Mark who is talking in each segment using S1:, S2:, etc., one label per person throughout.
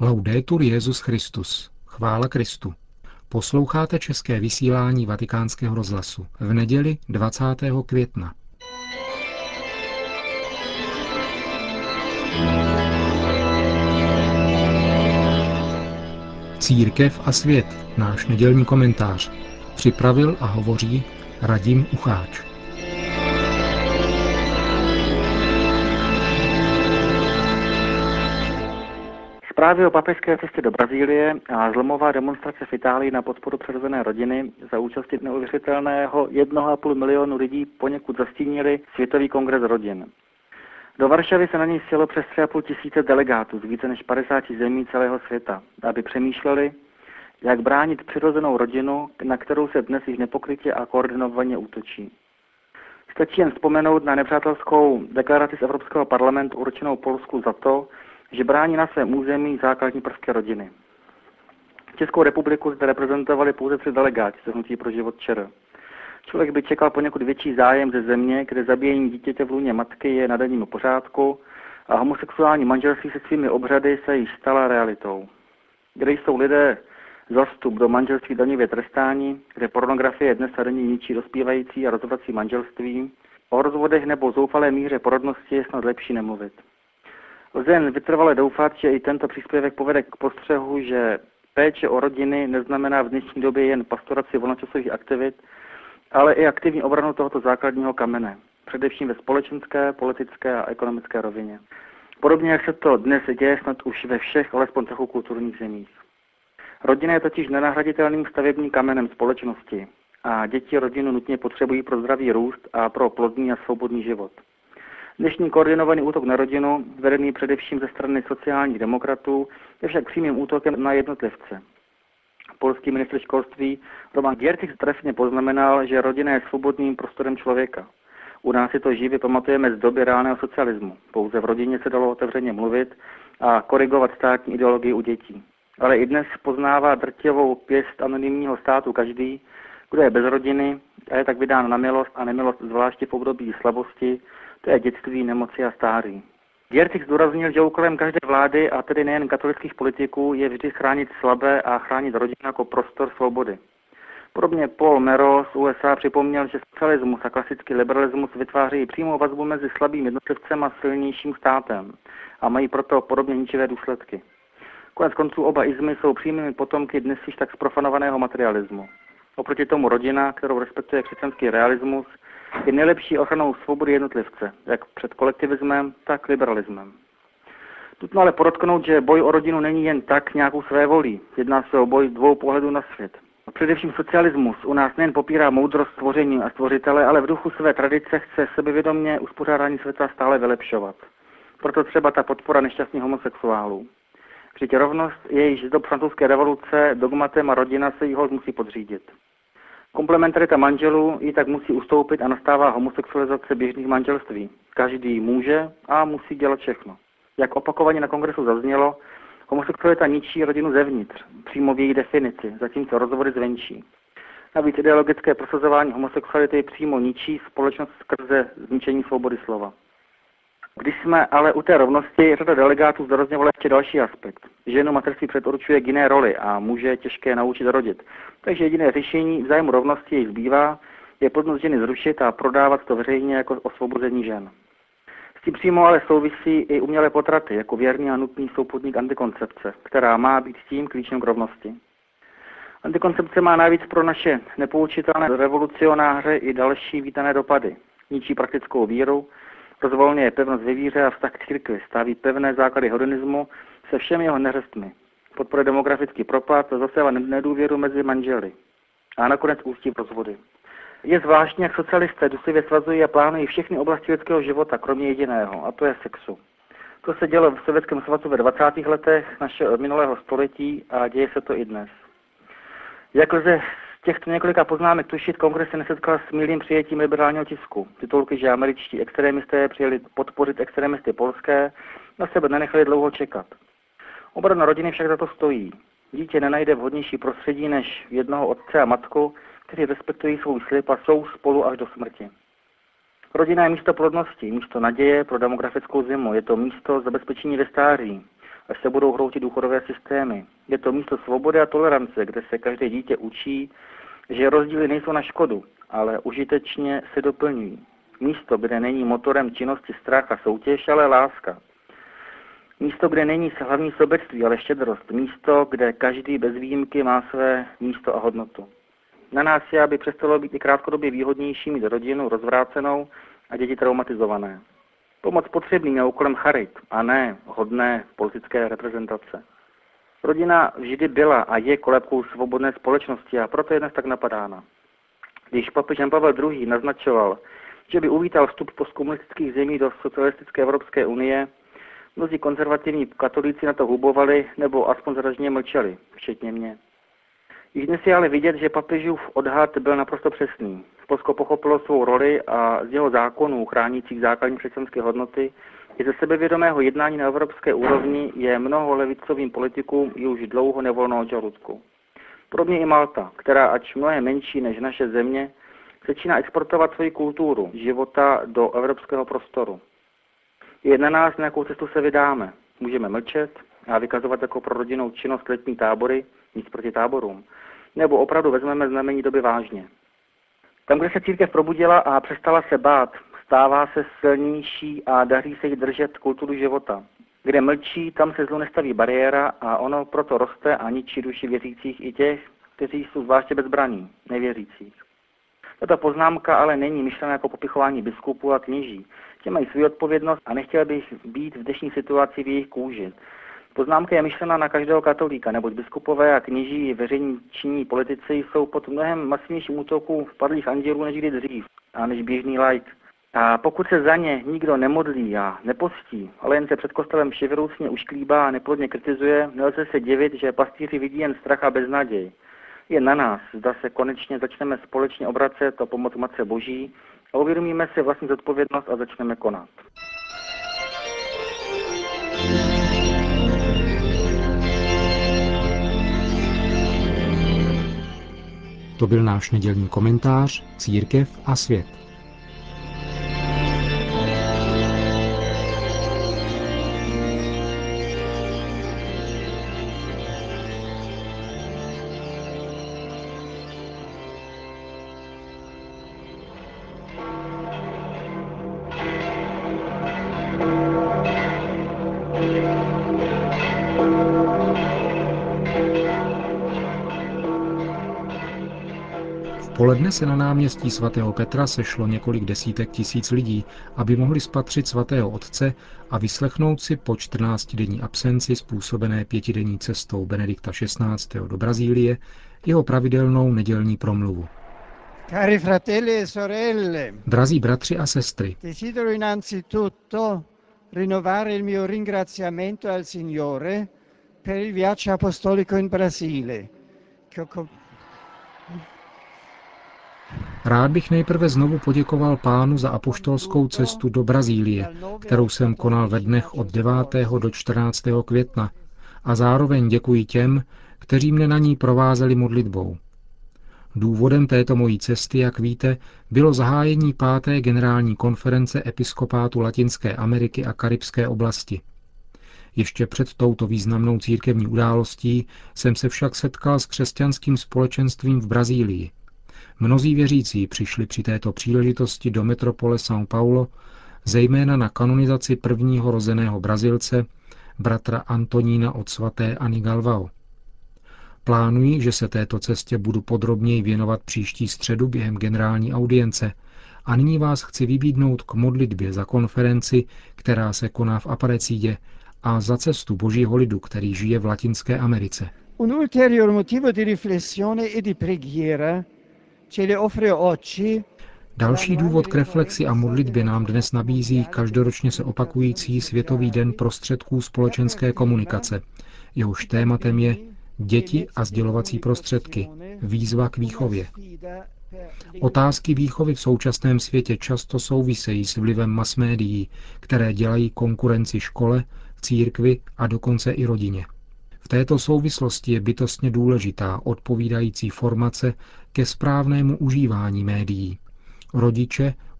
S1: Laudetur Jesus Christus. Chvála Kristu. Posloucháte české vysílání Vatikánského rozhlasu v neděli 20. května. Církev a svět, náš nedělní komentář. Připravil a hovoří Radim Ucháč.
S2: Zprávy o papežské cestě do Brazílie a zlomová demonstrace v Itálii na podporu přirozené rodiny za účasti neuvěřitelného 1,5 milionu lidí poněkud zastínili Světový kongres rodin. Do Varšavy se na něj sjelo přes 3,5 tisíce delegátů z více než 50 zemí celého světa, aby přemýšleli, jak bránit přirozenou rodinu, na kterou se dnes již nepokrytě a koordinovaně útočí. Stačí jen vzpomenout na nepřátelskou deklaraci z Evropského parlamentu určenou Polsku za to, že brání na svém území základní prvky rodiny. Českou republiku zde reprezentovali pouze 3 delegáti z Hnutí pro život ČR. Člověk by čekal poněkud větší zájem ze země, kde zabíjení dítěte v lůně matky je na denním pořádku a homosexuální manželství se svými obřady se již stala realitou. Kde jsou lidé za vstup do manželství daňově trestáni, kde pornografie dnes a denně ničí dospívající a rozhodací manželství, o rozvodech nebo zoufalé míře porodnosti je snad lepší nemluvit. Lze jen vytrvale doufat, že i tento příspěvek povede k postřehu, že péče o rodiny neznamená v dnešní době jen pastoraci volnočasových aktivit, ale i aktivní obranu tohoto základního kamene, především ve společenské, politické a ekonomické rovině. Podobně, jak se to dnes děje snad už ve všech, alespoň trochu kulturních zemích. Rodina je totiž nenahraditelným stavebním kamenem společnosti a děti rodinu nutně potřebují pro zdravý růst a pro plodný a svobodný život. Dnešní koordinovaný útok na rodinu, vedený především ze strany sociálních demokratů, je však přímým útokem na jednotlivce. Polský ministr školství Roman Giertych trefně poznamenal, že rodina je svobodným prostorem člověka. U nás si to živě pamatujeme z doby reálného socialismu. Pouze v rodině se dalo otevřeně mluvit a korigovat státní ideologii u dětí. Ale i dnes poznává drtivou pěst anonymního státu každý, kdo je bez rodiny a je tak vydán na milost a nemilost zvláště v období slabosti, to je dětství, nemoci a stáří. Giertych zdůraznil, že úkolem každé vlády, a tedy nejen katolických politiků, je vždy chránit slabé a chránit rodinu jako prostor svobody. Podobně Paul Mero z USA připomněl, že socialismus a klasický liberalismus vytváří přímou vazbu mezi slabým jednotlivcem a silnějším státem a mají proto podobně ničivé důsledky. Konec konců oba izmy jsou přímými potomky dnes již tak zprofanovaného materialismu. Oproti tomu rodina, kterou respektuje křesťanský realismus, je nejlepší ochranou svobody jednotlivce, jak před kolektivismem, tak liberalismem. Nutno ale podotknout, že boj o rodinu není jen tak nějakou svévolí. Jedná se o boj 2 pohledů na svět. Především socialismus u nás nejen popírá moudrost stvoření a stvořitele, ale v duchu své tradice chce sebevědomě uspořádání světa stále vylepšovat. Proto třeba ta podpora nešťastných homosexuálů. Vždyť rovnost je již z dob francouzské revoluce dogmatem a rodina se jí musí podřídit. Komplementarita manželů ji tak musí ustoupit a nastává homosexualizace běžných manželství. Každý může a musí dělat všechno. Jak opakovaně na kongresu zaznělo, homosexualita ničí rodinu zevnitř, přímo v její definici, zatímco rozvody zvenčí. Navíc ideologické prosazování homosexuality přímo ničí společnost skrze zničení svobody slova. Když jsme ale u té rovnosti, řada delegátů zdůrazňovala ještě další aspekt. Ženu materství předurčuje k jiné roli a muže je těžké naučit rodit. Takže jediné řešení v zájmu rovnosti jej zbývá, je plodnost ženy zrušit a prodávat to veřejně jako osvobození žen. S tím přímo ale souvisí i umělé potraty, jako věrný a nutný souputník antikoncepce, která má být tím klíčem k rovnosti. Antikoncepce má navíc pro naše nepoučitelné revolucionáře i další vítané dopady. Ničí praktickou víru, rozvolňuje pevnost ve víře a vztah k církvi, staví pevné základy hedonismu se všemi jeho neřestmi. Podporuje demografický propad a zasává nedůvěru mezi manželi. A nakonec ústí v rozvody. Je zvláštní, jak socialisté důsledně svazují a plánují všechny oblasti lidského života, kromě jediného, a to je sexu. To se dělo v Sovětském svazu ve 20. letech našeho minulého století a děje se to i dnes. Jak lze z těchto několika poznámek tušit, kongres se nesetkal s milým přijetím liberálního tisku. Titulky, že američtí extremisté přijeli podpořit extremisty polské, na sebe nenechali dlouho čekat. Obrana rodiny však za to stojí. Dítě nenajde vhodnější prostředí než jednoho otce a matku, kteří respektují svůj slib a jsou spolu až do smrti. Rodina je místo plodnosti, místo naděje pro demografickou zimu. Je to místo zabezpečení ve stáří. až se budou hroutit důchodové systémy. Je to místo svobody a tolerance, kde se každé dítě učí, že rozdíly nejsou na škodu, ale užitečně se doplňují. Místo, kde není motorem činnosti strach a soutěž, ale láska. Místo, kde není hlavní sobectví, ale štědrost. Místo, kde každý bez výjimky má své místo a hodnotu. Na nás je, aby přestalo být i krátkodobě výhodnější mít rodinu rozvrácenou a děti traumatizované. Pomoc potřebným je úkolem charit a ne hodné politické reprezentace. Rodina vždy byla a je kolébkou svobodné společnosti a proto je dnes tak napadána. Když papež Jan Pavel II. Naznačoval, že by uvítal vstup postkomunistických zemí do socialistické Evropské unie, mnozí konzervativní katolíci na to hubovali nebo aspoň zražně mlčeli, včetně mě. Již dnes je ale vidět, že papežův odhad byl naprosto přesný. Polsko pochopilo svou roli a z jeho zákonů chránících základní křesťanské hodnoty i ze sebevědomého jednání na evropské úrovni je mnoho levicovým politikům i už dlouho nevolno od žaludku. Podobně i Malta, která ač mnohem menší než naše země, začíná exportovat svoji kulturu života do evropského prostoru. Je na nás, na jakou cestu se vydáme. Můžeme mlčet a vykazovat jako pro rodinnou činnost letní tábory, nic proti táborům, nebo opravdu vezmeme znamení doby vážně. Tam, kde se církev probudila a přestala se bát, stává se silnější a daří se jí držet kulturu života. Kde mlčí, tam se zlu nestaví bariéra a ono proto roste a ničí duši věřících i těch, kteří jsou zvláště bezbraní, nevěřících. Tato poznámka ale není myšlena jako popichování biskupů a kněží. Ti mají svou odpovědnost a nechtěl bych být v dnešní situaci v jejich kůži. Poznámka je myšlena na každého katolíka, neboť biskupové a kněží i veřejní činní politici jsou pod mnohem masivnějším útoku vpadlých andělů než kdy dřív a než běžný laik. A pokud se za ně nikdo nemodlí a nepostí, ale jen se před kostelem šiveroucně ušklíbá a neplodně kritizuje, nelze se divit, že pastýři vidí jen strach a beznaděj. Je na nás, zda se konečně začneme společně obracet o pomoc Matce Boží a uvědomíme si vlastní zodpovědnost a začneme konat.
S1: To byl náš nedělní komentář Církev a svět. V poledne se na náměstí svatého Petra sešlo několik desítek tisíc lidí, aby mohli spatřit svatého otce a vyslechnout si po 14denní absenci způsobené 5denní cestou Benedikta XVI. Do Brazílie jeho pravidelnou nedělní promluvu.
S3: Cari fratelli e sorelle,
S1: Drazí bratři a sestry,
S3: desidero innanzitutto rinnovare il mio ringraziamento al Signore per il viaggio apostolico in Brasile.
S1: Rád bych nejprve znovu poděkoval Pánu za apoštolskou cestu do Brazílie, kterou jsem konal ve dnech od 9. do 14. května a zároveň děkuji těm, kteří mne na ní provázeli modlitbou. Důvodem této mojí cesty, jak víte, bylo zahájení 5. generální konference episkopátu Latinské Ameriky a Karibské oblasti. Ještě před touto významnou církevní událostí jsem se však setkal s křesťanským společenstvím v Brazílii. Mnozí věřící přišli při této příležitosti do metropole São Paulo, zejména na kanonizaci prvního rozeného Brazilce, bratra Antonína od svaté Anny Galvão. Plánuji, že se této cestě budu podrobněji věnovat příští středu během generální audience a nyní vás chci vybídnout k modlitbě za konferenci, která se koná v Aparecidě, a za cestu Božího lidu, který žije v Latinské Americe.
S3: Un ulteriore motivo di riflessione e di preghiera ce le offre oggi.
S1: Další důvod k reflexi a modlitbě nám dnes nabízí každoročně se opakující Světový den prostředků společenské komunikace. Jehož tématem je děti a sdělovací prostředky, výzva k výchově. Otázky výchovy v současném světě často souvisejí s vlivem masmédií, které dělají konkurenci škole, církvi a dokonce i rodině. V této souvislosti je bytostně důležitá odpovídající formace ke správnému užívání médií. Rodiče,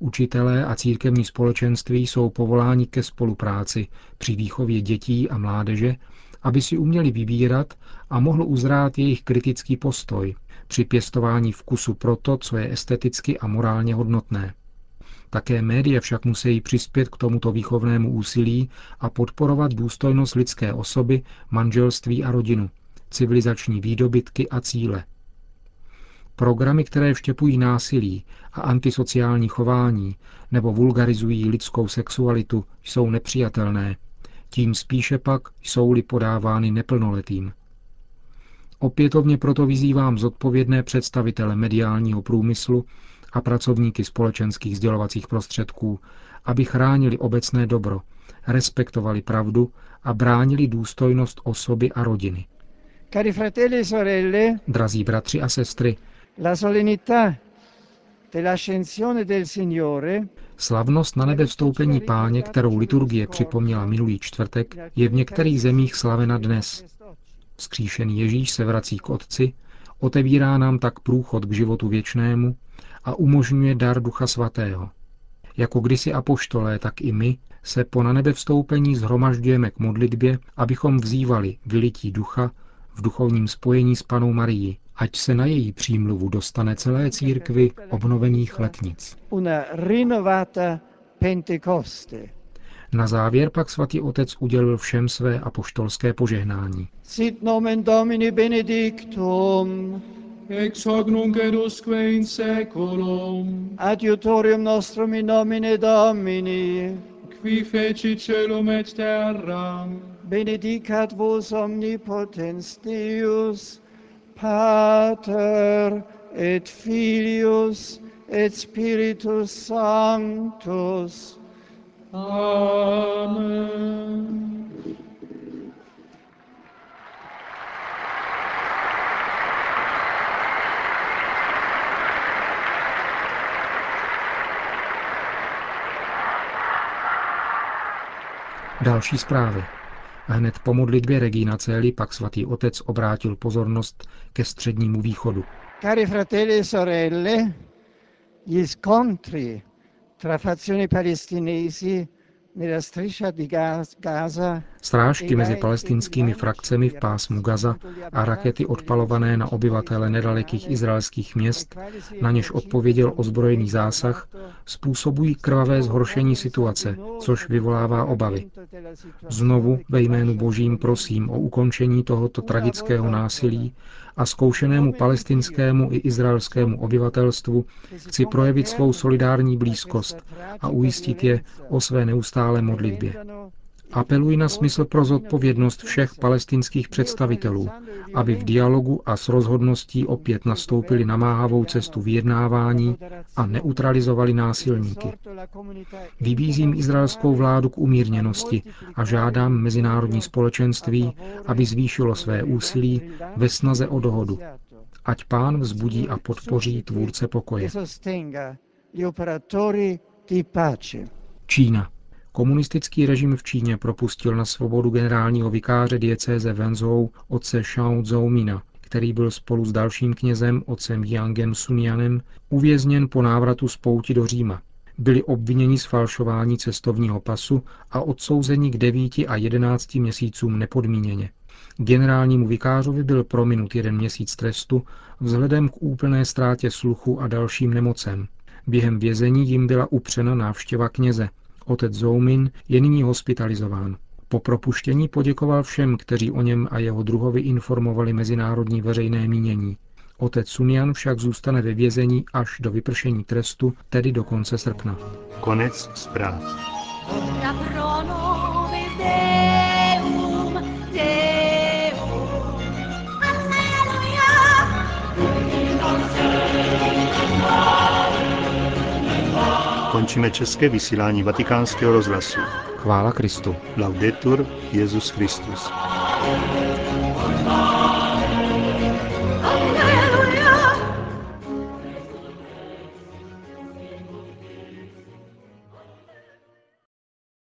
S1: Učitelé a církevní společenství jsou povoláni ke spolupráci při výchově dětí a mládeže, aby si uměli vybírat a mohl uzrát jejich kritický postoj při pěstování vkusu pro to, co je esteticky a morálně hodnotné. Také média však musí přispět k tomuto výchovnému úsilí a podporovat důstojnost lidské osoby, manželství a rodinu, civilizační výdobytky a cíle. Programy, které vštěpují násilí a antisociální chování nebo vulgarizují lidskou sexualitu, jsou nepřijatelné, tím spíše pak jsou-li podávány neplnoletým. Opětovně proto vyzývám zodpovědné představitele mediálního průmyslu a pracovníky společenských sdělovacích prostředků, aby chránili obecné dobro, respektovali pravdu a bránili důstojnost osoby a rodiny.
S3: Cari fratelli e sorelle,
S1: drazí bratři a sestry,
S3: la solennità dell'ascensione del Signore,
S1: slavnost na nebe vstoupení Páně, kterou liturgie připomněla minulý čtvrtek, je v některých zemích slavena dnes. Vzkříšený Ježíš se vrací k Otci, otevírá nám tak průchod k životu věčnému a umožňuje dar Ducha Svatého. Jako kdysi apoštolé, tak i my se po nanebevstoupení shromažďujeme k modlitbě, abychom vzývali vylití ducha v duchovním spojení s Pannou Marií, ať se na její přímluvu dostane celé církvi obnovených letnic. Na závěr pak svatý otec udělil všem své apoštolské požehnání.
S3: Sit nomen Domini benedictum,
S4: ex hoc nunc et usque in saeculum,
S3: adiutorium nostrum in nomine Domini,
S4: qui feci caelum et terra,
S3: benedicat vos omnipotens Deus, Pater et Filius et Spiritus Sanctus.
S4: Amen.
S1: Další zprávy. Hned po modlitbě Regina Coeli pak svatý otec obrátil pozornost ke Střednímu východu.
S3: Cari fratelli e sorelle, gli scontri tra fazioni palestinesi nella striscia di Gaza.
S1: Srážky mezi palestinskými frakcemi v pásmu Gaza a rakety odpalované na obyvatele nedalekých izraelských měst, na něž odpověděl ozbrojený zásah, způsobují krvavé zhoršení situace, což vyvolává obavy. Znovu ve jménu Božím prosím o ukončení tohoto tragického násilí a zkoušenému palestinskému i izraelskému obyvatelstvu chci projevit svou solidární blízkost a ujistit je o své neustálé modlitbě. Apeluji na smysl pro zodpovědnost všech palestinských představitelů, aby v dialogu a s rozhodností opět nastoupili na máhavou cestu vyjednávání a neutralizovali násilníky. Vybízím izraelskou vládu k umírněnosti a žádám mezinárodní společenství, aby zvýšilo své úsilí ve snaze o dohodu. Ať Pán vzbudí a podpoří tvůrce pokoje. Čína. Komunistický režim v Číně propustil na svobodu generálního vikáře diecéze Wenzhou otce Shao Zhoumina, který byl spolu s dalším knězem otcem Jiangem Sunyanem uvězněn po návratu z pouti do Říma. Byli obviněni z falšování cestovního pasu a odsouzeni k 9 a 11 měsícům nepodmíněně. Generálnímu vikářovi byl prominut 1 měsíc trestu vzhledem k úplné ztrátě sluchu a dalším nemocem. Během vězení jim byla upřena návštěva kněze. Otec Zhoumin je nyní hospitalizován. Po propuštění poděkoval všem, kteří o něm a jeho druhovi informovali mezinárodní veřejné mínění. Otec Sunyan však zůstane ve vězení až do vypršení trestu, tedy do konce srpna.
S5: Konec zpráv. Končíme české vysílání Vatikánského rozhlasu.
S1: Chvála Kristu.
S5: Laudetur Jesus Christus.